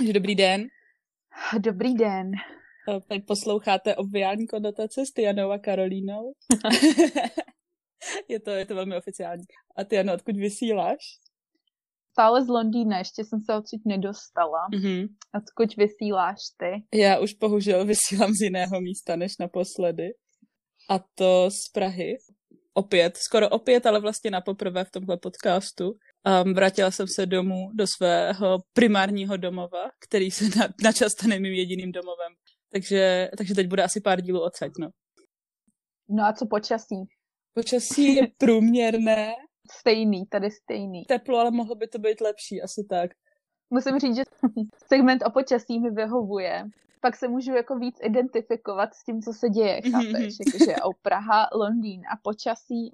Dobrý den. Dobrý den. Tady posloucháte obviální konotace s Tianou a Karolínou. je to velmi oficiální. A Tiano, odkud vysíláš? Stále z Londýna, ještě jsem se odsud nedostala. Mm-hmm. Odkud vysíláš ty? Já už bohužel vysílám z jiného místa než naposledy. A to z Prahy. Skoro opět, ale vlastně napoprvé v tomhle podcastu. Vrátila jsem se domů do svého primárního domova, který se načas stane mým jediným domovem. Takže teď bude asi pár dílů odsaď, no. No a co počasí? Počasí je průměrné. Tady stejný. Teplo, ale mohlo by to být lepší, asi tak. Musím říct, že segment o počasí mi vyhovuje. Pak se můžu jako víc identifikovat s tím, co se děje, chápeš? Jakože Praha, Londýn a počasí.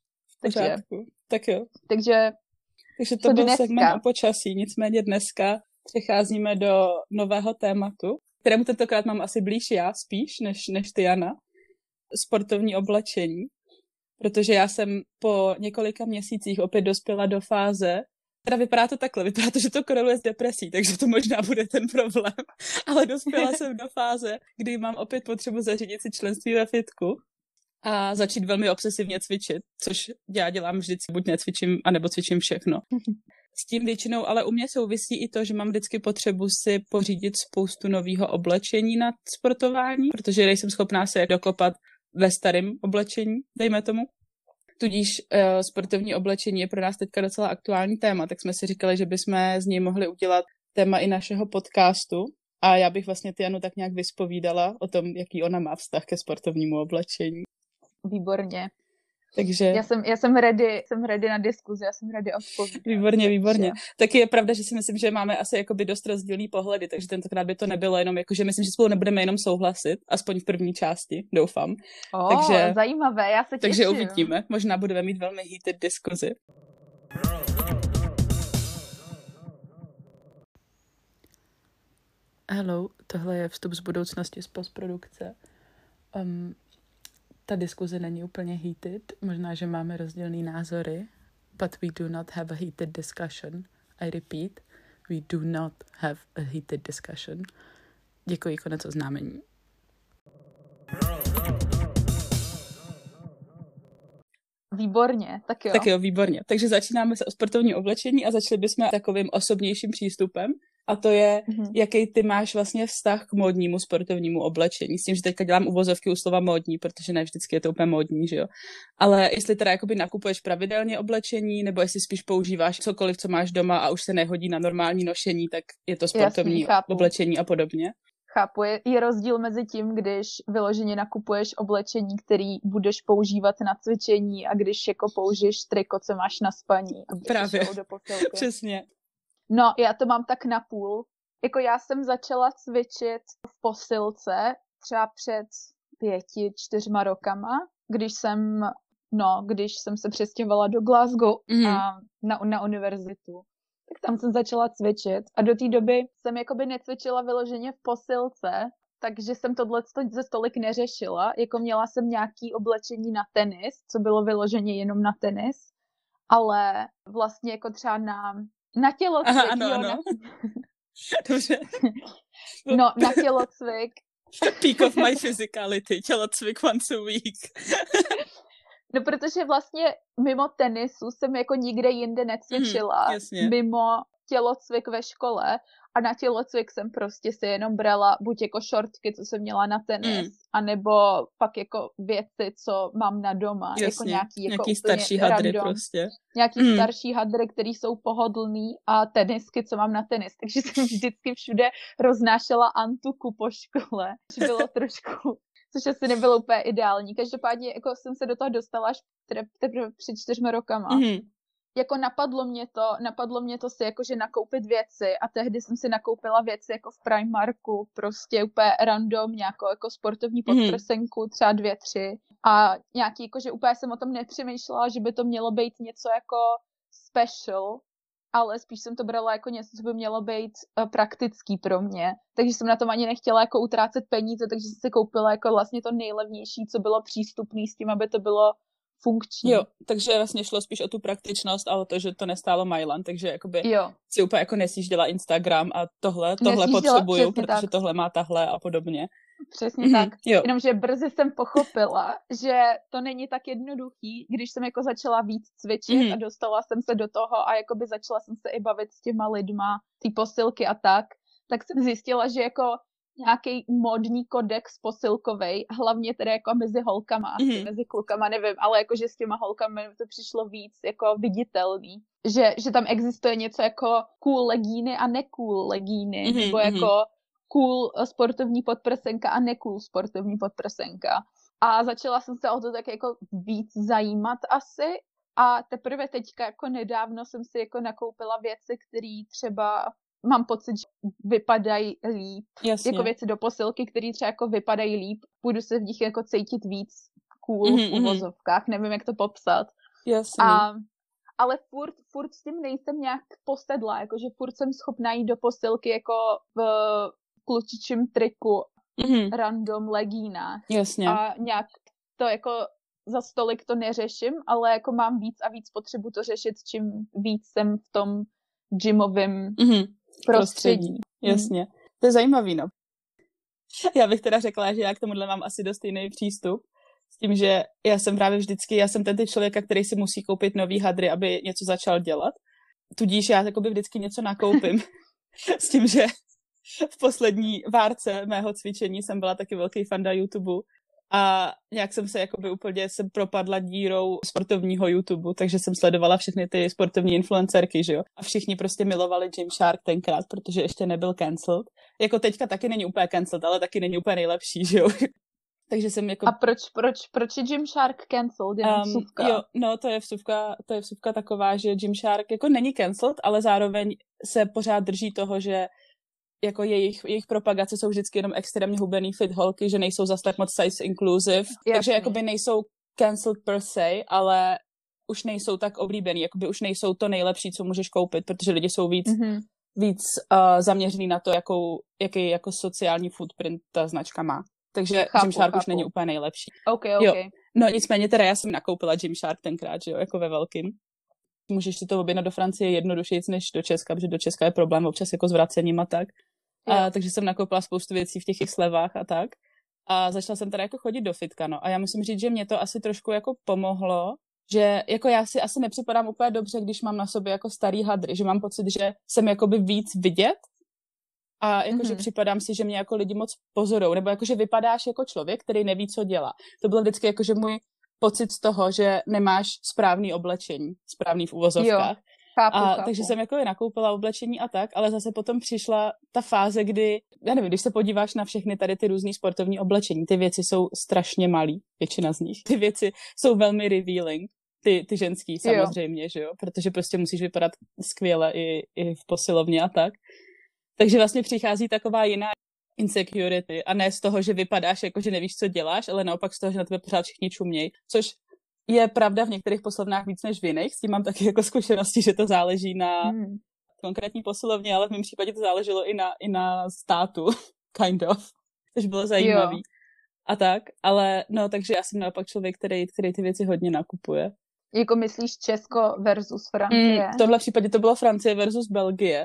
Tak jo. Takže to byl segment o počasí, nicméně dneska přecházíme do nového tématu, kterému tentokrát mám asi blíž já spíš, než Tiana. Sportovní oblečení. Protože já jsem po několika měsících opět dospěla do fáze, teda vypadá to takhle, vypadá to, že to koreluje s depresí, takže to možná bude ten problém, ale dospěla jsem do fáze, kdy mám opět potřebu zařídit si členství ve fitku a začít velmi obsesivně cvičit, což já dělám vždycky, buď necvičím, anebo cvičím všechno. S tím většinou ale u mě souvisí i to, že mám vždycky potřebu si pořídit spoustu nového oblečení na sportování, protože nejsem schopná se dokopat ve starém oblečení, dejme tomu. Tudíž sportovní oblečení je pro nás teďka docela aktuální téma, tak jsme si říkali, že bychom z něj mohli udělat téma i našeho podcastu a já bych vlastně Tianu tak nějak vyspovídala o tom, jaký ona má vztah ke sportovnímu oblečení. Výborně. Takže... Já jsem ready na diskuzi, já jsem ready odpovídat. Výborně. Taky je pravda, že si myslím, že máme asi jakoby dost rozdílný pohledy, takže tentokrát by to nebylo jenom jako, že myslím, že spolu nebudeme jenom souhlasit, aspoň v první části, doufám. Takže zajímavé, já se těším. Takže uvidíme, možná budeme mít velmi heated diskuzi. Hello, tohle je vstup z budoucnosti z postprodukce. Ta diskuze není úplně heated, možná, že máme rozdílné názory, but we do not have a heated discussion. I repeat, we do not have a heated discussion. Děkuji, konec oznámení. Výborně, tak jo, výborně. Takže začínáme se o sportovní oblečení a začali bychom takovým osobnějším přístupem. A to je, jaký ty máš vlastně vztah k módnímu sportovnímu oblečení. S tím, že teďka dělám uvozovky u slova módní, protože ne vždycky je to úplně módní, že jo. Ale jestli teda jakoby nakupuješ pravidelně oblečení, nebo jestli spíš používáš cokoliv, co máš doma a už se nehodí na normální nošení, tak je to sportovní oblečení a podobně. Chápu, je rozdíl mezi tím, když vyloženě nakupuješ oblečení, který budeš používat na cvičení a když jako použiješ triko, co máš na spaní. Právě, přesně. No, já to mám tak napůl. Jako já jsem začala cvičit v posilce třeba před 5-4 rokama, když jsem se přestěhovala do Glasgow a na univerzitu. Tak tam jsem začala cvičit a do té doby jsem jakoby necvičila vyloženě v posilce, takže jsem tohle ze stolik neřešila. Jako měla jsem nějaký oblečení na tenis, co bylo vyloženě jenom na tenis, ale vlastně jako třeba na tělocvik. Aha, ano. Dobře. No, na tělocvik. Peak of my physicality, tělocvik once a week. No, protože vlastně mimo tenisu jsem jako nikde jinde necvičila. Mimo tělocvik ve škole a na tělocvik jsem prostě si jenom brala buď jako šortky, co jsem měla na tenis, anebo pak jako věci, co mám na doma. Jasně, jako nějaký starší hadry prostě. Nějaký starší hadry, který jsou pohodlný a tenisky, co mám na tenis. Takže jsem vždycky všude roznášela antuku po škole. Bylo trošku... Což asi nebylo úplně ideální. Každopádně jako jsem se do toho dostala až teprve před 4 rokama. Jako napadlo mě to si jakože nakoupit věci a tehdy jsem si nakoupila věci jako v Primarku, prostě úplně random, nějakou jako sportovní podprsenku, třeba 2-3 a nějaký jakože úplně jsem o tom nepřemýšlela, že by to mělo být něco jako special, ale spíš jsem to brala jako něco, co by mělo být praktický pro mě. Takže jsem na tom ani nechtěla jako utrácet peníze, takže jsem si koupila jako vlastně to nejlevnější, co bylo přístupné s tím, aby to bylo funkční. Jo, takže vlastně šlo spíš o tu praktičnost a o to, že to nestálo majlan, takže jakoby si úplně jako nesjížděla Instagram a tohle potřebuju, protože tak. Tohle má tahle a podobně. Přesně tak. Jo. Jenomže brzy jsem pochopila, že to není tak jednoduchý, když jsem jako začala víc cvičit a dostala jsem se do toho a jakoby začala jsem se i bavit s těma lidma, ty posilky a tak jsem zjistila, že jako nějaký módní kodex posilkovej, hlavně teda jako mezi holkama, mezi klukama, nevím, ale jakože s těma holkami to přišlo víc jako viditelný, že tam existuje něco jako cool legíny a necool legíny, nebo jako cool sportovní podprsenka a necool sportovní podprsenka. A začala jsem se o to tak jako víc zajímat asi a teprve teďka jako nedávno jsem si jako nakoupila věci, které třeba mám pocit, že vypadají líp. Jasně. Jako věci do posilky, které třeba jako vypadají líp. Budu se v nich jako cítit víc cool v uvozovkách. Nevím, jak to popsat. Jasně. Ale furt s tím nejsem nějak posedla. Jakože furt jsem schopná jít do posilky jako v klučičím triku, random legínách. Jasně. A nějak to jako za stolik to neřeším, ale jako mám víc a víc potřebu to řešit, čím víc jsem v tom gymovém prostředí. Jasně. To je zajímavý, no. Já bych teda řekla, že já k tomuhle mám asi dost jiný přístup. S tím, že já jsem ten typ člověka, který si musí koupit nový hadry, aby něco začal dělat. Tudíž já jakoby vždycky něco nakoupím. S tím, že v poslední várce mého cvičení jsem byla taky velký fanda YouTube a nějak jsem se jakoby úplně propadla dírou sportovního YouTube, takže jsem sledovala všechny ty sportovní influencerky, že jo? A všichni prostě milovali Gymshark tenkrát, protože ještě nebyl cancelled. Jako teďka taky není úplně cancelled, ale taky není úplně nejlepší, že jo? Takže jsem jako... A proč je Gymshark cancelled? Jenom vsuvka? Jo, no to je vsuvka taková, že Gymshark jako není cancelled, ale zároveň se pořád drží toho, že jako jejich propagace jsou vždycky jenom extrémně hubený fit holky, že nejsou zase tak moc size inclusive, Jasně. Takže jakoby nejsou cancelled per se, ale už nejsou tak oblíbený, jakoby už nejsou to nejlepší, co můžeš koupit, protože lidi jsou víc zaměřený na to, jaký jako sociální footprint ta značka má. Takže Gymshark už není úplně nejlepší. Okay. Jo. No nicméně teda já jsem nakoupila Gymshark tenkrát, že jo, jako ve velkým. Můžeš si to objednat do Francie jednodušeji než do Česka, protože do Česka je problém občas jako s vracením a tak. Takže jsem nakoupila spoustu věcí v těch slevách a tak. A začala jsem teda jako chodit do fitka, no. A já musím říct, že mě to asi trošku jako pomohlo, že jako já si asi nepřipadám úplně dobře, když mám na sobě jako starý hadry, že mám pocit, že jsem jakoby víc vidět a jakože připadám si, že mě jako lidi moc pozorou, nebo jakože vypadáš jako člověk, který neví, co dělá. To bylo vždycky jakože můj pocit z toho, že nemáš správný oblečení, správný v uvozovkách. Jo, chápu. Takže jsem jako nakoupila oblečení a tak, ale zase potom přišla ta fáze, kdy, já nevím, když se podíváš na všechny tady ty různý sportovní oblečení, ty věci jsou strašně malý, většina z nich. Ty věci jsou velmi revealing, ty ženský samozřejmě, že jo, protože prostě musíš vypadat skvěle i v posilovně a tak. Takže vlastně přichází taková jiná insecurity a ne z toho, že vypadáš jako, že nevíš, co děláš, ale naopak z toho, že na tebe pořád všichni čumějí, což je pravda v některých posilovnách víc než v jiných, s tím mám taky jako zkušenosti, že to záleží na konkrétní posilovně, ale v mém případě to záleželo i na státu, kind of, což bylo zajímavý. A tak, ale no, takže já jsem naopak člověk, který ty věci hodně nakupuje. Jako myslíš Česko versus Francie? V tomhle případě to bylo Francie versus Belgie.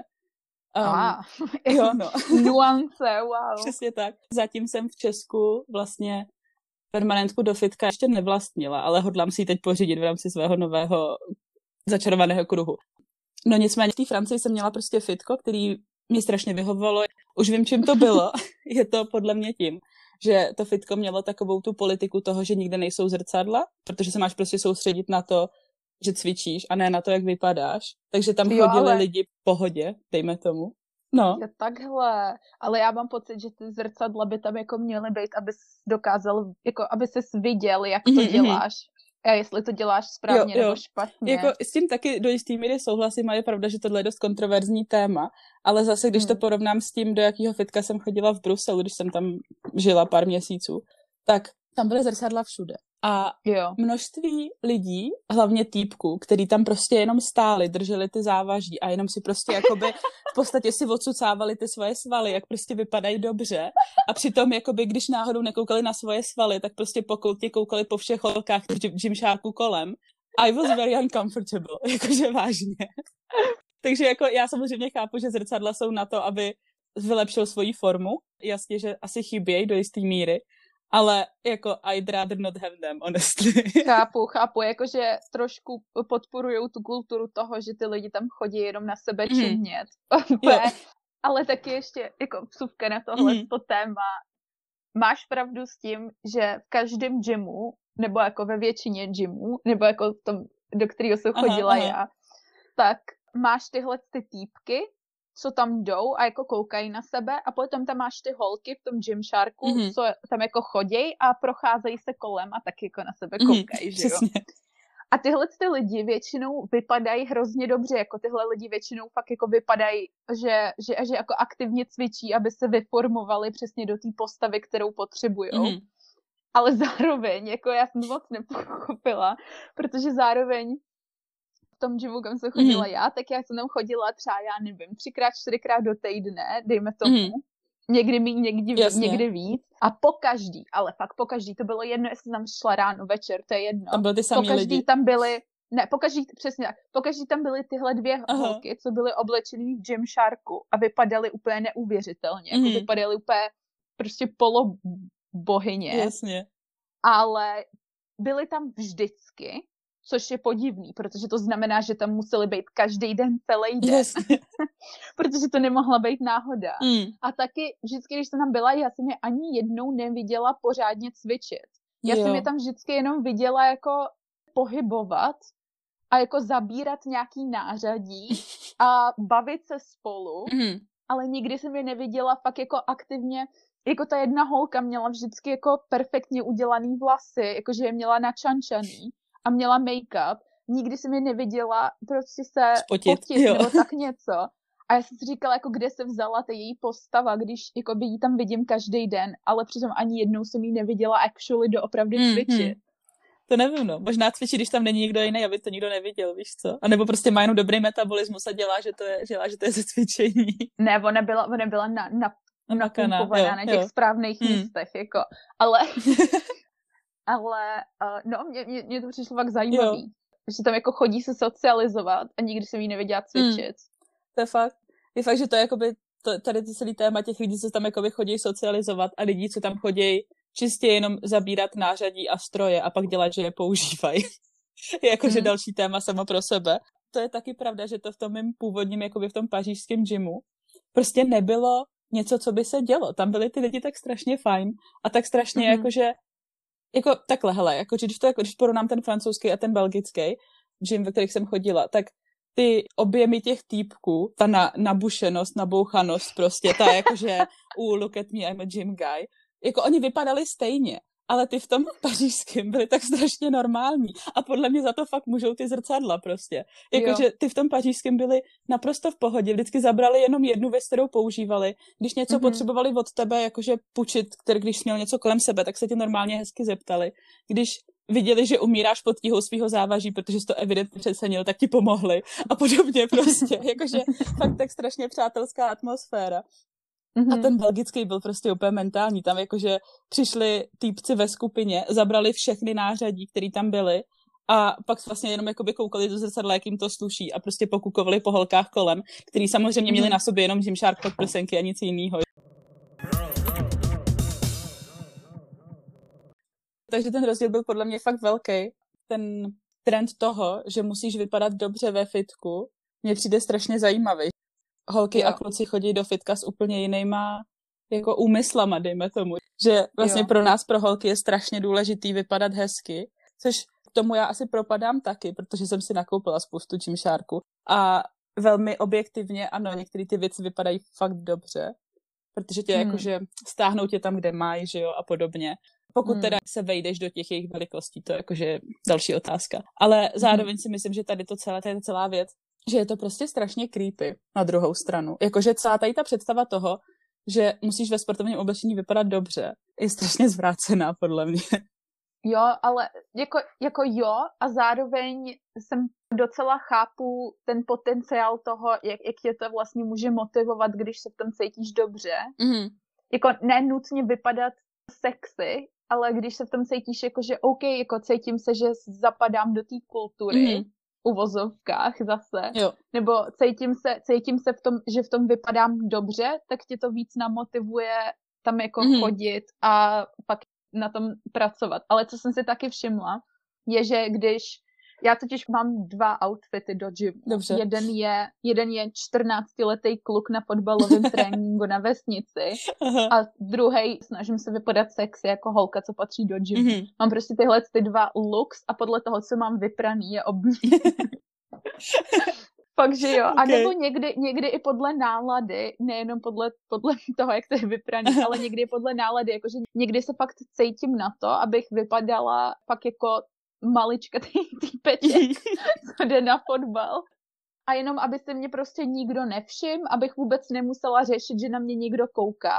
Jo, no. Nuance, wow. Přesně tak. Zatím jsem v Česku vlastně permanentku do fitka ještě nevlastnila, ale hodlám si ji teď pořídit v rámci svého nového začarovaného kruhu. No nicméně v té Francii jsem měla prostě fitko, který mě strašně vyhovovalo. Už vím, čím to bylo. Je to podle mě tím, že to fitko mělo takovou tu politiku toho, že nikde nejsou zrcadla, protože se máš prostě soustředit na to, že cvičíš a ne na to, jak vypadáš. Takže tam chodili lidi v pohodě, dejme tomu. No. Je takhle, ale já mám pocit, že ty zrcadla by tam jako měly být, abys dokázal, jako aby ses viděl, jak to děláš. A jestli to děláš správně nebo špatně. Jako s tím taky do jistý míry souhlasím a je pravda, že tohle je dost kontroverzní téma, ale zase, když to porovnám s tím, do jakého fitka jsem chodila v Bruselu, když jsem tam žila pár měsíců, tak tam byly zrcadla všude. A množství lidí, hlavně týpků, který tam prostě jenom stáli, drželi ty závaží a jenom si prostě jakoby v podstatě si odsucávali ty svoje svaly, jak prostě vypadají dobře. A přitom jakoby, když náhodou nekoukali na svoje svaly, tak prostě po koutě koukali po všech holkách Gymsharku kolem. I was very uncomfortable, jakože vážně. Takže jako já samozřejmě chápu, že zrcadla jsou na to, aby vylepšil svoji formu. Jasně, že asi chybějí do jisté míry. Ale jako I'd rather not have them, honestly. Chápu, jakože trošku podporujou tu kulturu toho, že ty lidi tam chodí jenom na sebe čumět. Ale taky ještě jako vsuvka na tohle téma. Máš pravdu s tím, že v každém gymu, nebo jako ve většině gymů, nebo jako v tom, do kterého jsem chodila já, tak máš tyhle ty týpky, co tam jdou a jako koukají na sebe a potom tam máš ty holky v tom Gymsharku, co tam jako chodějí a procházejí se kolem a taky jako na sebe koukají, že jo? A tyhle ty lidi většinou vypadají hrozně dobře, jako tyhle lidi většinou fakt jako vypadají, že jako aktivně cvičí, aby se vyformovali přesně do té postavy, kterou potřebujou. Ale zároveň, jako já jsem to moc nepochopila, protože zároveň v tom gymu, kam jsem chodila já, tak já jsem tam chodila třeba, já nevím, 3x, 4x do týdne, dejme tomu. Někdy míň, někdy víc. A po každý, to bylo jedno, jestli tam šla ráno, večer, to je jedno. Tam byly ty samý lidi. Tam byly, přesně tak, po každý tam byly tyhle dvě holky, co byly oblečený v Gymsharku a vypadaly úplně neuvěřitelně. Jako vypadaly úplně prostě polobohyně. Jasně. Ale byly tam vždycky, což je podivný, protože to znamená, že tam museli být každý den, celý den. Jasně. Protože to nemohla být náhoda. A taky vždycky, když jsem tam byla, já jsem je ani jednou neviděla pořádně cvičit. Já jsem je tam vždycky jenom viděla jako pohybovat a jako zabírat nějaký nářadí a bavit se spolu, ale nikdy jsem je neviděla fakt jako aktivně. Jako ta jedna holka měla vždycky jako perfektně udělaný vlasy, jakože je měla načančaný a měla make-up. Nikdy jsem je neviděla prostě se potit nebo tak něco. A já jsem si říkala, jako kde se vzala ta její postava, když jako by jí tam vidím každý den, ale přitom ani jednou jsem jí neviděla actually doopravdy cvičit. To nevím, no. Možná cvičí, když tam není nikdo jiný, aby to nikdo neviděl, víš co? A nebo prostě má jenom dobrý metabolismus a dělá, že to je ze cvičení. Ne, ona byla napumpovaná na těch správných místech, jako. Ale no, mě to přišlo fakt zajímavý. Že tam jako chodí se socializovat a nikdy jsem jí neviděla cvičit. To je fakt. Je fakt, že to je jakoby tady to celý téma těch lidí, co tam jakoby chodí socializovat a lidí, co tam chodí čistě jenom zabírat nářadí a stroje a pak dělat, že je používají. Je jakože další téma sama pro sebe. To je taky pravda, že to v tom mým původním, jakoby v tom pařížském gymu prostě nebylo něco, co by se dělo. Tam byly ty lidi tak strašně fajn a tak strašně jakože jako takhle, hele, jako když porovnám ten francouzský a ten belgický gym, ve kterých jsem chodila, tak ty objemy těch týpků, ta nabušenost, nabouchanost prostě, ta jakože look at me, I'm a gym guy, jako oni vypadali stejně, ale ty v tom pařížském byly tak strašně normální a podle mě za to fakt můžou ty zrcadla prostě. Jakože ty v tom pařížském byly naprosto v pohodě, vždycky zabrali jenom jednu věc, kterou používali. Když něco potřebovali od tebe, jakože pučit, když jsi měl něco kolem sebe, tak se tě normálně hezky zeptali. Když viděli, že umíráš pod tíhou svého závaží, protože jsi to evidentně přecenil, tak ti pomohli a podobně prostě. Jakože fakt tak strašně přátelská atmosféra. A ten belgický byl prostě úplně mentální. Tam jakože přišli týpci ve skupině, zabrali všechny nářadí, které tam byly a pak vlastně jenom jakoby koukali do zrcadla, jak jim to sluší a prostě pokukovali po holkách kolem, který samozřejmě měli na sobě jenom Gymshark podprsenky a nic jiného. Takže ten rozdíl byl podle mě fakt velký. Ten trend toho, že musíš vypadat dobře ve fitku, mně přijde strašně zajímavý. Holky a kluci chodí do fitka s úplně jinýma jako úmyslama, dejme tomu. Že vlastně pro nás, pro holky, je strašně důležitý vypadat hezky, což k tomu já asi propadám taky, protože jsem si nakoupila spoustu Gymsharku. A velmi objektivně, ano, některé ty věci vypadají fakt dobře, protože tě jakože stáhnou tě tam, kde mají, že jo, a podobně. Pokud teda se vejdeš do těch jejich velikostí, to je jakože další otázka. Ale zároveň si myslím, že tady to je celá věc, že je to prostě strašně creepy na druhou stranu. Jakože celá tady ta představa toho, že musíš ve sportovním oblečení vypadat dobře, je strašně zvrácená podle mě. Jo, ale jako jo a zároveň jsem docela chápu ten potenciál toho, jak tě to vlastně může motivovat, když se v tom cítíš dobře. Mm-hmm. Jako ne nutně vypadat sexy, ale když se v tom cítíš jako, že OK, jako cítím se, že zapadám do té kultury, uvozovkách zase, jo. nebo cítím se v tom, že v tom vypadám dobře, tak tě to víc namotivuje tam jako chodit a pak na tom pracovat. Ale co jsem si taky všimla, je, že když já totiž mám 2 outfity do gymu. Dobře. Jeden je 14letý kluk na fotbalovém tréninku na vesnici a druhej snažím se vypadat sexy jako holka, co patří do gymu. Mám prostě tyhle ty 2 looks a podle toho, co mám vypraný, je obměný. Fakt, že jo. A nebo někdy i podle nálady, nejenom podle toho, jak to je vypraný, ale někdy i podle nálady, jakože někdy se fakt cítím na to, abych vypadala fakt jako maličkatý týpeček, co jde na fotbal. A jenom, aby se mě prostě nikdo nevšiml, abych vůbec nemusela řešit, že na mě někdo kouká.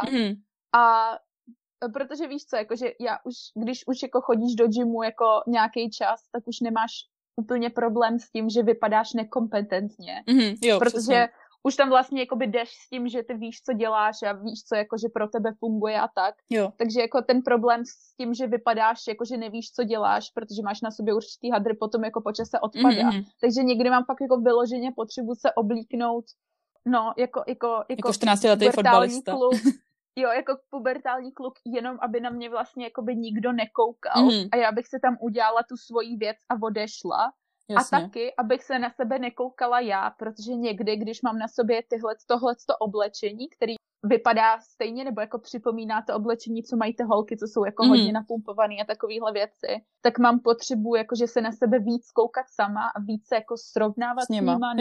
A protože víš co, jakože když už jako chodíš do gymu jako nějaký čas, tak už nemáš úplně problém s tím, že vypadáš nekompetentně. Jo, protože přesně. už tam vlastně jakoby jdeš s tím, že ty víš, co děláš a víš, co jakože pro tebe funguje a tak. Jo. Takže jako ten problém s tím, že vypadáš, jakože nevíš, co děláš, protože máš na sobě určitý hadr, potom jako po čase odpadá. Takže někdy mám fakt jako vyloženě potřebu se oblíknout, no, jako 14letý fotbalista. Kluk. Jo, jako pubertální kluk, jenom aby na mě vlastně jakoby nikdo nekoukal a já bych se tam udělala tu svoji věc a odešla. Jasně. A taky, abych se na sebe nekoukala já, protože někdy, když mám na sobě tohleto oblečení, který vypadá stejně, nebo jako připomíná to oblečení, co mají ty holky, co jsou jako hodně napumpovaný a takovýhle věci, tak mám potřebu, jakože se na sebe víc koukat sama a víc jako srovnávat s nima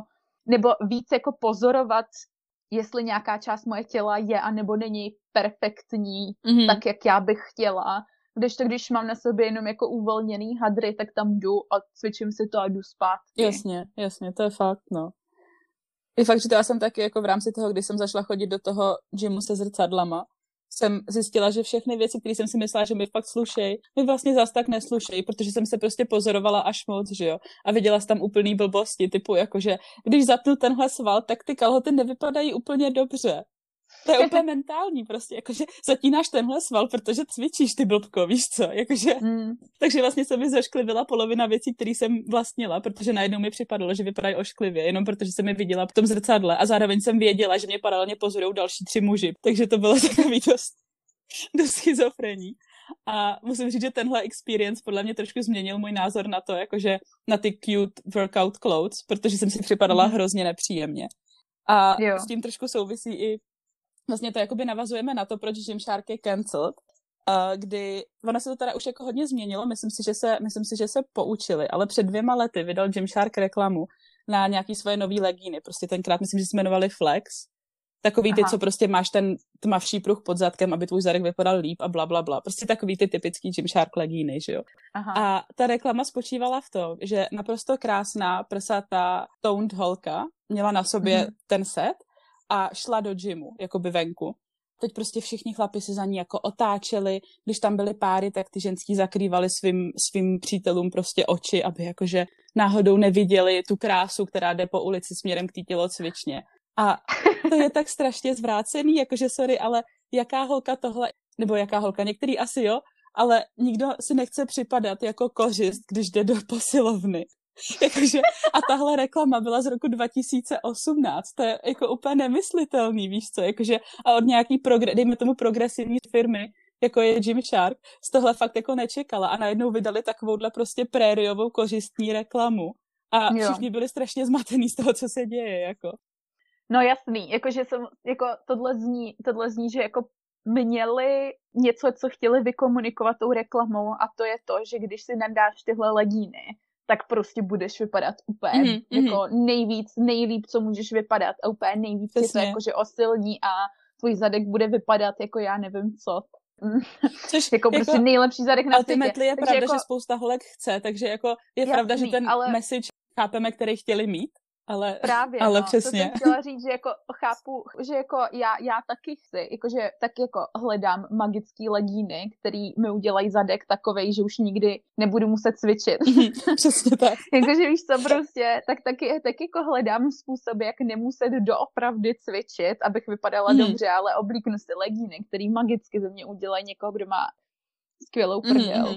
nebo víc jako pozorovat, jestli nějaká část moje těla je a nebo není perfektní, tak jak já bych chtěla. Když mám na sobě jenom jako uvolněný hadry, tak tam jdu a cvičím si to a jdu zpátky. Jasně, to je fakt, no. Je fakt, že to já jsem taky jako v rámci toho, když jsem zašla chodit do toho gymu se zrcadlama, jsem zjistila, že všechny věci, které jsem si myslela, že mi fakt slušejí, mi vlastně zas tak neslušejí, protože jsem se prostě pozorovala až moc, že jo. A viděla jsem tam úplný blbosti, typu jakože, když zapnu tenhle sval, tak ty kalhoty nevypadají úplně dobře. To je úplně mentální prostě, jakože zatínáš tenhle sval, protože cvičíš, ty blbko, víš co, jakože. Takže vlastně se mi zašklivila polovina věcí, které jsem vlastnila, protože najednou mi připadalo, že vypadají ošklivě, jenom protože jsem je viděla v tom zrcadle a zároveň jsem věděla, že mě paralelně pozorujou další 3 muži, takže to bylo takový dost schizofrení. A musím říct, že tenhle experience podle mě trošku změnil můj názor na to, jakože na ty cute workout clothes, protože jsem si připadala hrozně nepříjemně. A s tím trošku souvisí i vlastně to jakoby navazujeme na to, proč Gymshark je cancelled, kdy ono se to teda už jako hodně změnilo, myslím si, že se poučili, ale před 2 lety vydal Gymshark reklamu na nějaký svoje nový legíny, prostě tenkrát myslím, že se jmenovali Flex, takový ty, co prostě máš ten tmavší pruh pod zadkem, aby tvůj zadek vypadal líp a blablabla, prostě takový ty typický Gymshark legíny, že jo. A ta reklama spočívala v tom, že naprosto krásná prsatá toned holka měla na sobě ten set a šla do gymu, jakoby venku. Teď prostě všichni chlapi se za ní jako otáčeli, když tam byly páry, tak ty ženský zakrývali svým přítelům prostě oči, aby jakože náhodou neviděli tu krásu, která jde po ulici směrem k té tělocvičně. A to je tak strašně zvrácený, jakože sorry, ale jaká holka tohle, nebo jaká holka, některý asi jo, ale nikdo si nechce připadat jako kořist, když jde do posilovny. Jakože, a tahle reklama byla z roku 2018, to je jako úplně nemyslitelný, víš co, jakože a od nějaký dejme tomu progresivní firmy, jako je Gymshark, z tohle fakt jako nečekala a najednou vydali takovouhle prostě prériovou kořistní reklamu a všichni byli strašně zmatený z toho, co se děje, jako. No jasný, jakože tohle zní, že jako měli něco, co chtěli vykomunikovat tou reklamou a to je to, že když si nadáš tyhle legíny, tak prostě budeš vypadat úplně jako nejlíp, co můžeš vypadat a úplně nejvíc je to jakože osilní a tvůj zadek bude vypadat jako já nevím co. Což jako prostě nejlepší zadek na světě. Ultimately je pravda, že spousta holek chce, takže jako je pravda, že ten message chápeme, který chtěli mít, ale přesně. To jsem chtěla říct, že jako chápu, že jako já taky chci, jakože taky jako hledám magický legíny, který mi udělají zadek takovej, že už nikdy nebudu muset cvičit. Přesně tak. Jakože víš co, prostě, tak taky jako hledám způsoby, jak nemuset doopravdy cvičit, abych vypadala dobře, ale oblíknu si legíny, který magicky ze mě udělají někoho, kdo má skvělou prdel.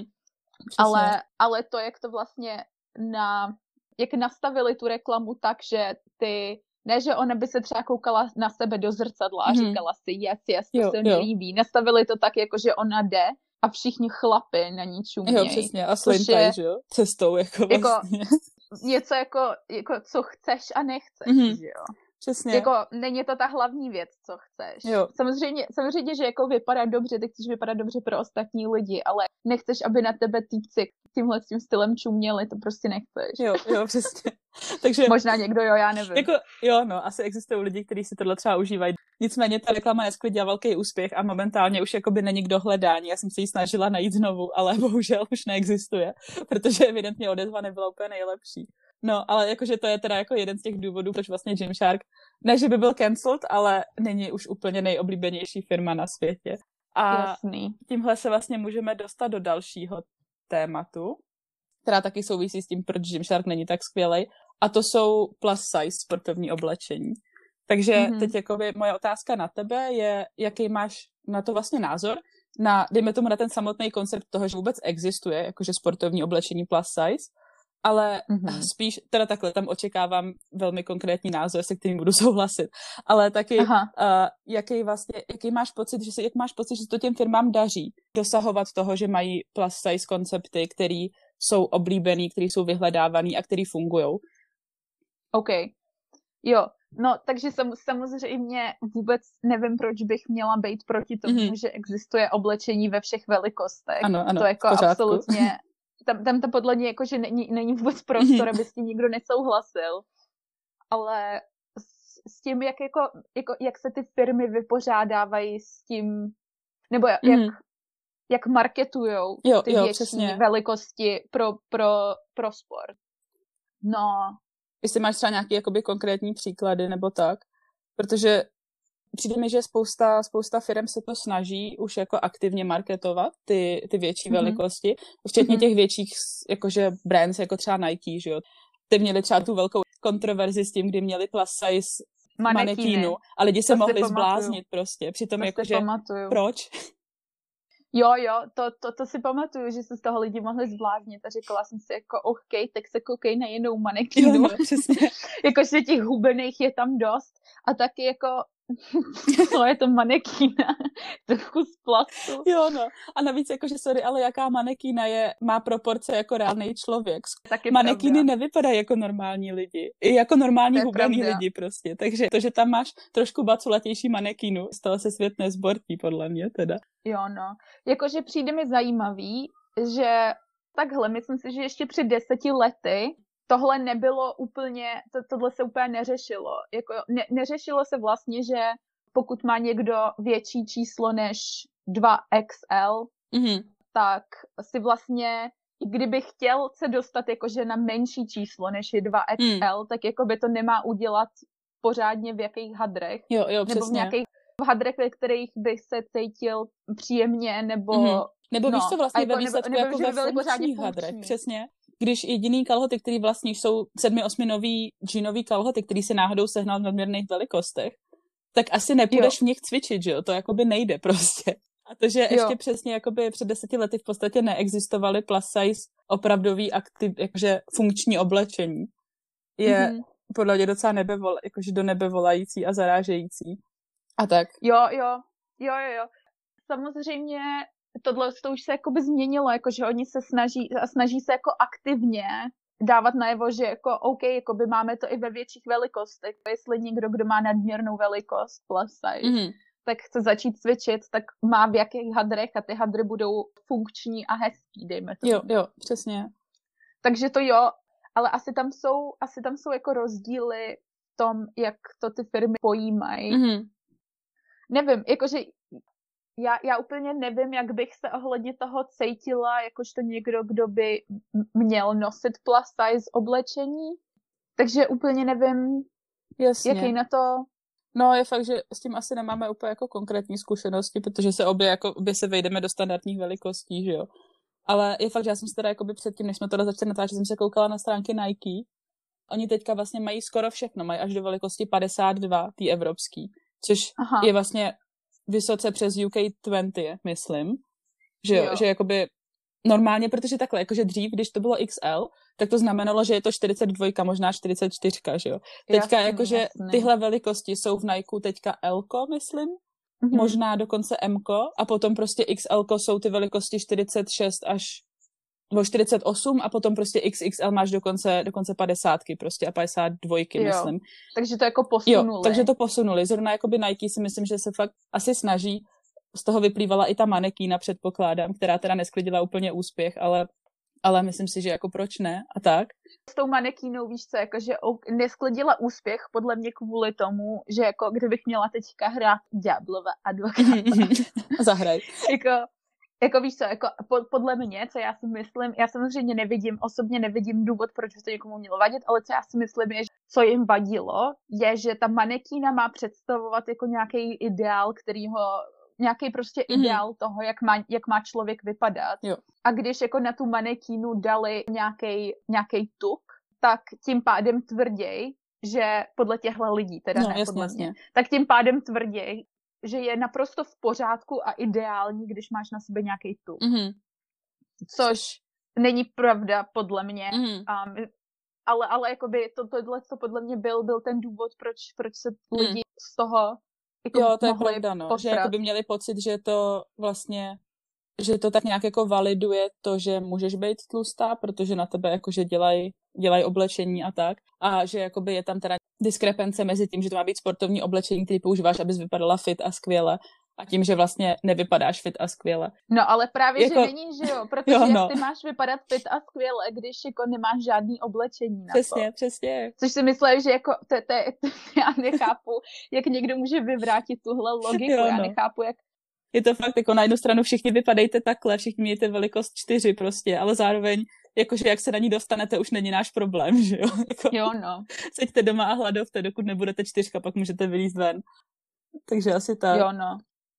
Ale to, jak to vlastně jak nastavili tu reklamu tak, že ne, že ona by se třeba koukala na sebe do zrcadla a říkala si yes, to se mi líbí. Nastavili to tak, jako že ona jde a všichni chlapi na ní čumějí. Jo, přesně, a slintají, že jo? Cestou, jako vlastně. Něco jako co chceš a nechceš, že jo? Přesně. Jako není to ta hlavní věc, co chceš. Jo. Samozřejmě, že jako vypadá dobře, ty chceš vypadat dobře pro ostatní lidi, ale nechceš, aby na tebe týpci tímhle tím stylem čuměli, to prostě nechceš. Jo, přesně. Takže možná někdo, já nevím. Jako, asi existují lidi, kteří si tohle třeba užívají. Nicméně ta reklama nesklidila velký úspěch a momentálně už jakoby není k dohledání. Já jsem se ji snažila najít znovu, ale bohužel už neexistuje, protože evidentně odezva nebyla úplně nejlepší. No, ale jakože to je teda jako jeden z těch důvodů, proč vlastně Gymshark, ne, že by byl cancelled, ale není už úplně nejoblíbenější firma na světě. A jasný. Tímhle se vlastně můžeme dostat do dalšího tématu, která taky souvisí s tím, proč Gymshark není tak skvělej, a to jsou plus size sportovní oblečení. Takže teď jakoby moje otázka na tebe je, jaký máš na to vlastně názor, dejme tomu na ten samotný koncept toho, že vůbec existuje, jakože sportovní oblečení plus size, ale spíš, teda takhle, tam očekávám velmi konkrétní názor, se kterým budu souhlasit, ale taky, jaký máš pocit, jak máš pocit, že to těm firmám daří dosahovat toho, že mají plus size koncepty, který jsou oblíbený, který jsou vyhledávaný a který fungujou? OK. Jo, no, takže samozřejmě vůbec nevím, proč bych měla být proti tomu, že existuje oblečení ve všech velikostech. Ano, to jako absolutně, tam to podle mě jako, že není vůbec prostor, aby s tím nikdo nesouhlasil. Ale s tím, jak se ty firmy vypořádávají s tím, nebo jak marketujou ty větší přesně. Velikosti pro sport. No. Jestli máš třeba nějaký jakoby konkrétní příklady nebo tak, protože přijde mi, že spousta firm se to snaží už jako aktivně marketovat, ty větší velikosti, včetně těch větších jakože brands, jako třeba Nike, že jo. Ty měli třeba tu velkou kontroverzi s tím, kdy měli plus size manekínu a lidi se mohli zbláznit prostě. Přitom jakože proč? Jo, to si pamatuju, že se z toho lidi mohli zvláznit a říkala jsem si jako OK, tak se koukej na jinou manekínu. Jo, přesně. Jakože těch hubených je tam dost a taky jako to je to manekína, trochu z plastu. Jo, no. A navíc jakože sorry, ale jaká manekína má proporce jako reálný člověk. Taky manekíny pravda. Nevypadají jako normální lidi. I jako normální hubený lidi prostě. Takže to, že tam máš trošku baculatější manekínu, z toho se svět nezbortí, podle mě teda. Jo, no. Jakože přijde mi zajímavý, že takhle, myslím si, že ještě před 10 lety tohle nebylo úplně, tohle se úplně neřešilo. Jako, neřešilo se vlastně, že pokud má někdo větší číslo než 2XL, tak si vlastně, kdyby chtěl se dostat jakože na menší číslo než je 2XL, tak jako by to nemá udělat pořádně v jakých hadrech. Jo, nebo přesně. v nějakých hadrech, ve kterých by se cítil příjemně, nebo... Nebo víš co vlastně ve výsledku nebo jako ve funkčních hadrech, přesně. Když jediný kalhoty, který vlastně jsou 7-8 nový džínový kalhoty, který si náhodou sehnal v nadměrných velikostech, tak asi nepůjdeš v nich cvičit, že jo? To jakoby nejde prostě. A to, že ještě přesně jakoby před 10 lety v podstatě neexistovaly plus size opravdový jakože funkční oblečení, je podle mě docela jakože do nebe volající a zarážející. A tak. Jo. Samozřejmě tohle to už se jakoby změnilo, jakože oni se snaží se jako aktivně dávat najevo, že jako OK, jakoby máme to i ve větších velikostech. Jestli někdo, kdo má nadměrnou velikost plus size, tak chce začít cvičit, tak má v jakých hadrech a ty hadry budou funkční a hezký, dejme to. Jo, přesně. Takže to jo, ale asi tam jsou jako rozdíly v tom, jak to ty firmy pojímají. Nevím, jakože já úplně nevím, jak bych se ohledně toho cítila, jakožto někdo, kdo by měl nosit plus size oblečení. Takže úplně nevím, Jasně. jaký na to... No, je fakt, že s tím asi nemáme úplně jako konkrétní zkušenosti, protože se obě se vejdeme do standardních velikostí, že jo. Ale je fakt, že já jsem se teda jakoby předtím, než jsme to začali natáčet, jsem se koukala na stránky Nike. Oni teďka vlastně mají skoro všechno, mají až do velikosti 52, tý evropský, což je vlastně vysoce přes UK20, myslím. Že jo, že jakoby normálně, protože takhle, jakože dřív, když to bylo XL, tak to znamenalo, že je to 42, možná 44, že jo. Teďka jakože tyhle velikosti jsou v Nike teďka L-ko, myslím, možná dokonce M-ko a potom prostě XL-ko jsou ty velikosti 46 až nebo 48 a potom prostě XXL máš dokonce 50 prostě a 52, myslím. Takže to jako posunuli. Jo, takže to posunuli. Zrovna jakoby Nike si myslím, že se fakt asi snaží. Z toho vyplývala i ta manekína, předpokládám, která teda nesklidila úplně úspěch, ale myslím si, že jako proč ne a tak. S tou manekínou, víš co, jakože nesklidila úspěch podle mě kvůli tomu, že jako kdybych měla teďka hrát ďáblova advokáta. Zahraj. Jako víš co, jako podle mě, co já si myslím, já samozřejmě osobně nevidím důvod, proč by to někomu mělo vadit, ale co já si myslím je, že co jim vadilo, je, že ta manekína má představovat jako nějaký ideál, nějaký prostě ideál toho, jak má člověk vypadat. Jo. A když jako na tu manekínu dali nějaký tuk, tak tím pádem tvrděj, že podle těchto lidí, teda ne podle mě, tak tím pádem tvrděj, že je naprosto v pořádku a ideální, když máš na sebe nějaký tuk. Což není pravda podle mě. Ale jakoby tohle podle mě byl ten důvod, proč se lidi z toho jako jo, to je pravda, no. Že jako by měli pocit, že to vlastně, že to tak nějak jako validuje to, že můžeš být tlustá, protože na tebe jakože dělají oblečení a tak. A že jakoby je tam teda diskrepence mezi tím, že to má být sportovní oblečení, který používáš, abys vypadala fit a skvěle, a tím, že vlastně nevypadáš fit a skvěle. No ale právě, že není, že jo, protože jak ty máš vypadat fit a skvěle, když jako nemáš žádný oblečení na to. Přesně. Což si myslím, že jako já nechápu, jak někdo může vyvrátit tuhle logiku, já nechápu, jak... Je to fakt jako na jednu stranu všichni vypadejte takhle, všichni mějte velikost 4 prostě, ale zároveň jakože jak se na ní dostanete, už není náš problém, že jo? Jako, jo, no. Seďte doma a hladovte, dokud nebudete 4, pak můžete vylízt ven. Takže asi tak. Jo, no.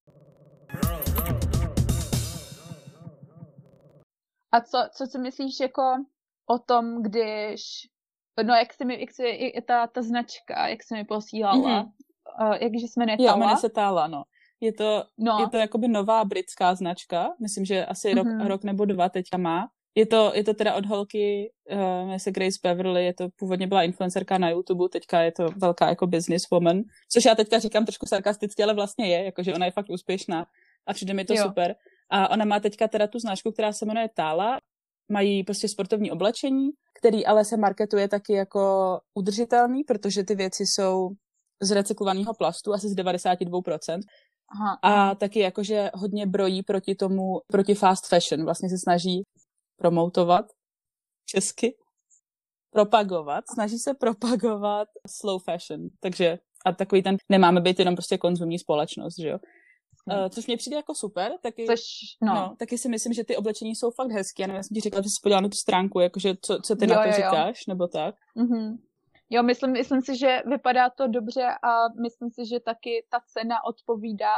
A co si myslíš jako o tom, když, no jak si ta značka, jak jsi mi posílala, jakže se jmenuje Tala? Jo, jmenuje se Tala, no. Je to jakoby nová britská značka, myslím, že asi rok nebo 2 teďka má. Je to teda od holky, jmenuje se Grace Beverly, původně byla influencerka na YouTube, teďka je to velká jako businesswoman, což já teďka říkám trošku sarkasticky, ale vlastně je, jakože ona je fakt úspěšná a přijde mi to super. A ona má teďka teda tu značku, která se jmenuje Tala, mají prostě sportovní oblečení, který ale se marketuje taky jako udržitelný, protože ty věci jsou z recyklovaného plastu, asi z 92%. Aha. A taky jakože hodně brojí proti fast fashion, vlastně se snaží promotovat česky, snaží se propagovat slow fashion, takže a takový ten, nemáme být jenom prostě konzumní společnost, že jo. Což mě přijde jako super, taky si myslím, že ty oblečení jsou fakt hezký, já nevím, já jsem ti říkala, že jsi podívala na tu stránku, jakože co ty na to říkáš, nebo tak. Jo, myslím si, že vypadá to dobře a myslím si, že taky ta cena odpovídá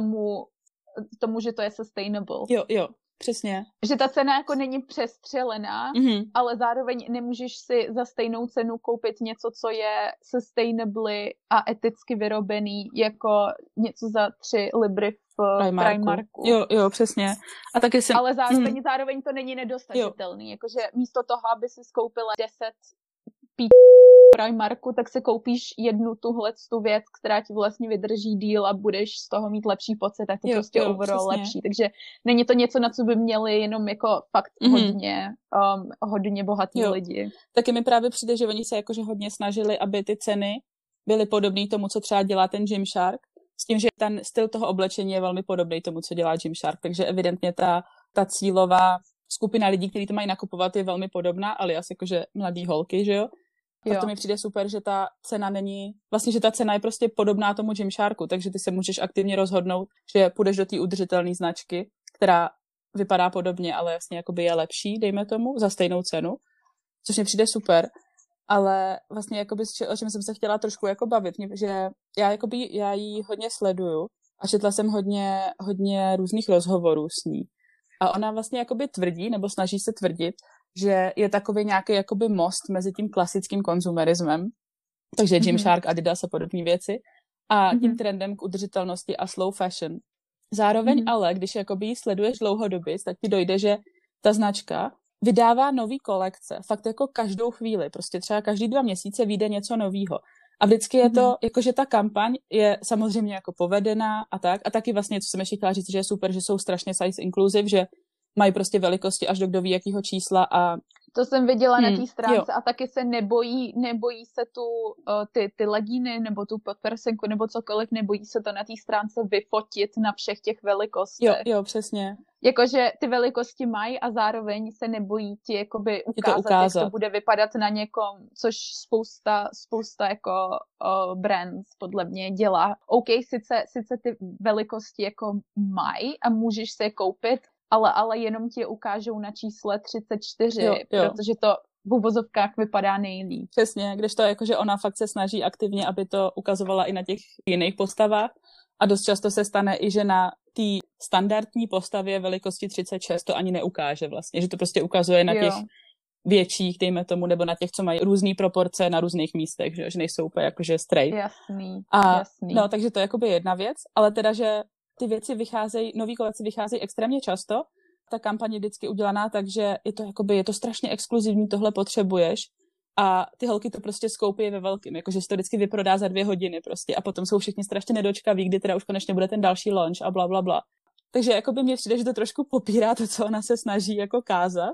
tomu, že to je sustainable. Jo, přesně. Že ta cena jako není přestřelená, ale zároveň nemůžeš si za stejnou cenu koupit něco, co je sustainably a eticky vyrobený, jako něco za 3 libry v Primarku. Jo, přesně. A taky ale zároveň to není nedostatitelný. Jakože místo toho, aby si skoupila 10 Primarku, tak si koupíš jednu tu věc, která ti vlastně vydrží díl a budeš z toho mít lepší pocit, tak to prostě overall lepší. Takže není to něco, na co by měli jenom jako fakt hodně bohatí lidi. Taky mi právě přijde, že oni se jakože hodně snažili, aby ty ceny byly podobný tomu, co třeba dělá ten Gymshark, s tím, že ten styl toho oblečení je velmi podobný tomu, co dělá Gymshark, takže evidentně ta cílová skupina lidí, kteří to mají nakupovat, je velmi podobná, alias jakože mladý holky, že jo? A to mi přijde super, že ta cena že ta cena je prostě podobná tomu Gymsharku, takže ty se můžeš aktivně rozhodnout, že půjdeš do té udržitelné značky, která vypadá podobně, ale jasně jakoby je lepší, dejme tomu, za stejnou cenu, což mi přijde super. Ale vlastně jakoby, o čem jsem se chtěla trošku jako bavit, že já ji hodně sleduju a četla jsem hodně různých rozhovorů s ní. A ona vlastně jakoby tvrdí, nebo snaží se tvrdit, že je takový nějaký jakoby most mezi tím klasickým konzumerismem, takže Gymshark, Adidas a podobné věci, a tím trendem k udržitelnosti a slow fashion. Zároveň ale, když jakoby ji sleduješ dlouhodobě, tak ti dojde, že ta značka vydává nový kolekce, fakt jako každou chvíli, prostě třeba každý 2 měsíce vyjde něco novýho. A vždycky je to, jakože ta kampaň je samozřejmě jako povedená a tak. A taky vlastně, co jsem ještě chtěla říct, že je super, že jsou strašně size inclusive, že mají prostě velikosti až do kdo ví jakýho čísla a... To jsem viděla na té stránce a taky se nebojí se ty legíny nebo tu podprsenku nebo cokoliv, nebojí se to na té stránce vyfotit na všech těch velikostech. Jo, přesně. Jakože ty velikosti mají a zároveň se nebojí ti jakoby ukázat, jak to bude vypadat na někom, což spousta jako brands podle mě dělá. OK, sice ty velikosti jako mají a můžeš se je koupit, ale jenom ti je ukážou na čísle 34, jo. Protože to v uvozovkách vypadá nejlíp. Přesně, kdežto jakože ona fakt se snaží aktivně, aby to ukazovala i na těch jiných postavách a dost často se stane i, že na té standardní postavě velikosti 36 to ani neukáže vlastně, že to prostě ukazuje na těch větších, dejme tomu, nebo na těch, co mají různý proporce na různých místech, že nejsou úplně jakože straight. Jasný. No, takže to je jakoby jedna věc, ale teda, že ty věci nový kolekce vycházejí extrémně často. Ta kampaň je vždycky udělaná tak, že je to strašně exkluzivní, tohle potřebuješ a ty holky to prostě skoupí ve velkým, jakože se to vždycky vyprodá za 2 hodiny prostě a potom jsou všichni strašně nedočkaví, kdy teda už konečně bude ten další launch a bla, bla, bla. Takže jakoby mně přijde, že to trošku popírá to, co ona se snaží jako kázat.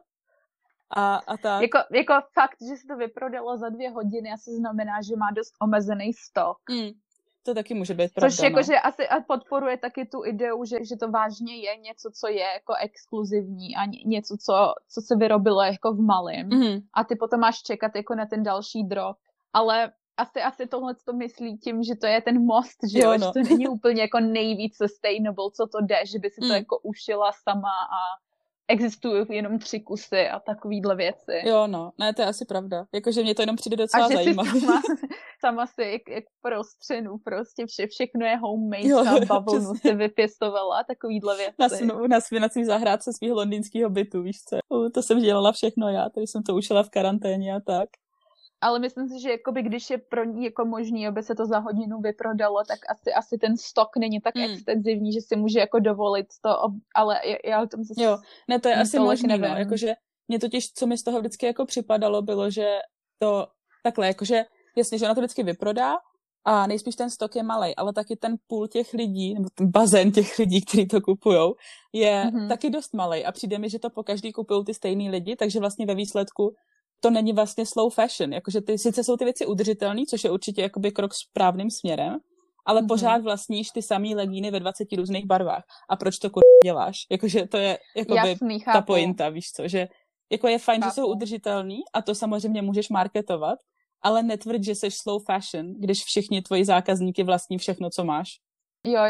A tak. Jako fakt, že se to vyprodalo za 2 hodiny, asi znamená, že má dost omezený stok. To taky může být pravda. Což jakože asi podporuje taky tu ideu, že to vážně je něco, co je jako exkluzivní a něco, co se vyrobilo jako v malém. A ty potom máš čekat jako na ten další drop. Ale asi tohle to myslí tím, že to je ten most, že jo? Že to není úplně jako nejvíc sustainable, co to jde, že by si to jako ušila sama a existují jenom 3 kusy a takovýhle věci. Jo, no. Ne, to je asi pravda. Jakože mě to jenom přijde docela zajímavé. A že sama si jak prostřenu prostě všechno je homemade a bavlnu si vypěstovala takovýhle věci. Na svým zahrádce svého londýnského bytu, víš co. To jsem dělala všechno já, tady jsem to učila v karanténě a tak. Ale myslím si, že jakoby, když je pro ní jako možný, aby se to za hodinu vyprodalo, tak asi ten stok není tak extenzivní, že si může jako dovolit to, ale já o tom se... Jo, ne, to je asi možný, no, jakože mě totiž, co mi z toho vždycky jako připadalo, bylo, že to takhle, jakože jasně, že ona to vždycky vyprodá a nejspíš ten stok je malej, ale taky ten půl těch lidí, nebo ten bazén těch lidí, kteří to kupujou, je taky dost malej a přijde mi, že to po každý kupujou ty stejný lidi, takže vlastně ve výsledku to není vlastně slow fashion, jakože sice jsou ty věci udržitelné, což je určitě jakoby krok správným směrem, ale pořád vlastníš ty samý legíny ve 20 různých barvách. A proč to děláš? Jakože to je jakoby ta pointa, víš co, že jako je fajn, že jsou udržitelný a to samozřejmě můžeš marketovat, ale netvrď, že seš slow fashion, když všichni tvoji zákazníky vlastní všechno, co máš. Jo,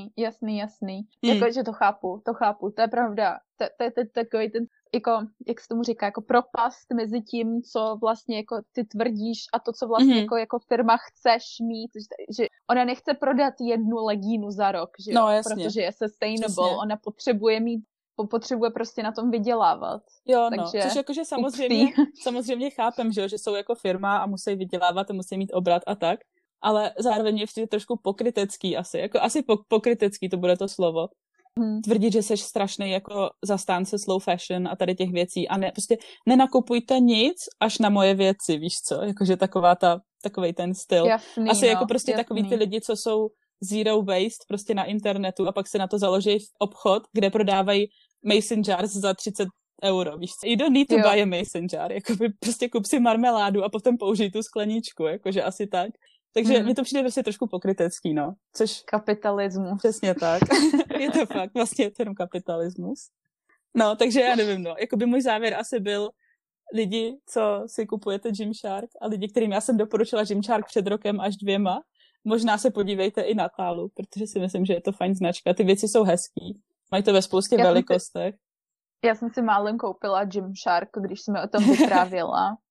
jasný. Jakože to chápu, to je pravda. To je takový ten, jako, jak se tomu říká, jako propast mezi tím, co vlastně jako ty tvrdíš a to, co vlastně jako firma chceš mít, že ona nechce prodat 1 legínu za rok, že jo? No, jasně. Protože je sustainable, ona potřebuje prostě na tom vydělávat. Jo, no, což jakože samozřejmě chápem, že jsou jako firma a musí vydělávat a musí mít obrat a tak, ale zároveň je vždy trošku pokrytecký asi pokrytecký to bude to slovo. Tvrdit, že jsi strašný jako zastánce slow fashion a tady těch věcí a prostě nenakupujte nic až na moje věci, víš co, jakože takovej ten styl. Jasný, asi jako prostě takový ty lidi, co jsou zero waste prostě na internetu a pak se na to založí obchod, kde prodávají mason jars za 30 €, víš co. You don't need to buy a mason jar, jakoby prostě kup si marmeládu a potom použij tu skleničku, jakože asi tak. Takže mi to přijde prostě trošku pokrytecký, no. Což... Kapitalismus. Přesně tak. Je to fakt, vlastně je to jenom kapitalismus. No, takže já nevím, no. Jakoby můj závěr asi byl lidi, co si kupujete Gymshark a lidi, kterým já jsem doporučila Gymshark před rokem až 2, možná se podívejte i na Tálu, protože si myslím, že je to fajn značka. Ty věci jsou hezký. Mají to ve spoustě velikostech. Já jsem si málem koupila Gymshark, když jsme o tom vyprávěla.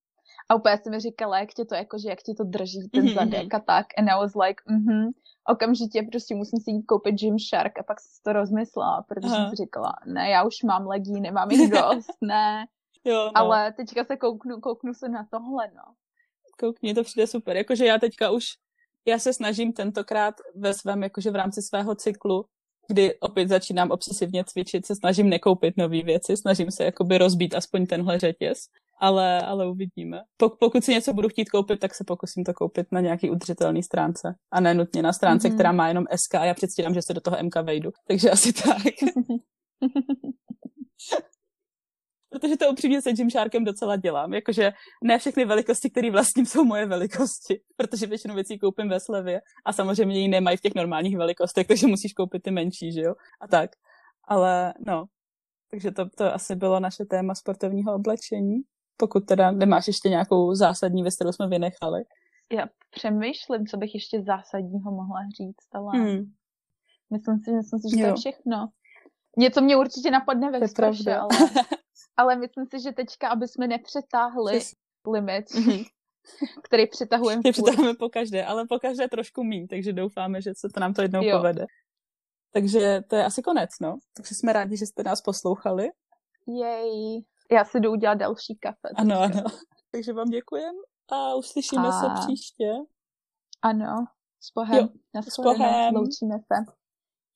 A úplně si mi říkala, jak tě to jakože, jak ti to drží ten zadek a tak. And I was like, okamžitě prostě musím si jít koupit Gymshark a pak jsem si to rozmyslela, protože jsem si říkala, ne, já už mám legíny, mám jich dost, ne. Jo, no. Ale teďka se kouknu se na tohle, no. Koukni, to přijde super. Jakože já se snažím tentokrát ve svém, jakože v rámci svého cyklu, kdy opět začínám obsesivně cvičit, se snažím nekoupit nové věci, snažím se jakoby rozbít aspoň tenhle řetěz, ale uvidíme. Pokud si něco budu chtít koupit, tak se pokusím to koupit na nějaký udržitelný stránce a ne nutně na stránce, která má jenom SK a já předstírám, že se do toho MK vejdu. Takže asi tak. Protože to upřímně se Gymsharkem docela dělám. Jakože ne všechny velikosti, které vlastním, jsou moje velikosti, protože většinu věcí koupím ve slevě a samozřejmě ji nemají v těch normálních velikostech, takže musíš koupit ty menší, že jo? A tak. Ale no, takže to asi bylo naše téma sportovního oblečení. Pokud teda nemáš ještě nějakou zásadní věc, kterou jsme vynechali. Já přemýšlím, co bych ještě zásadního mohla říct, ale myslím si, že to je všechno. Něco mě určitě napadne ve straše, ale myslím si, že teďka, aby jsme nepřetáhli limit, který přetahujeme pokaždé, ale pokaždé trošku míň, takže doufáme, že se to nám to jednou povede. Takže to je asi konec, no. Takže jsme rádi, že jste nás poslouchali. Jej. Já si jdu udělat další kafe. Ano. Takže vám děkujem a uslyšíme se příště. Ano. S Bohem. S Bohem. Loučíme se.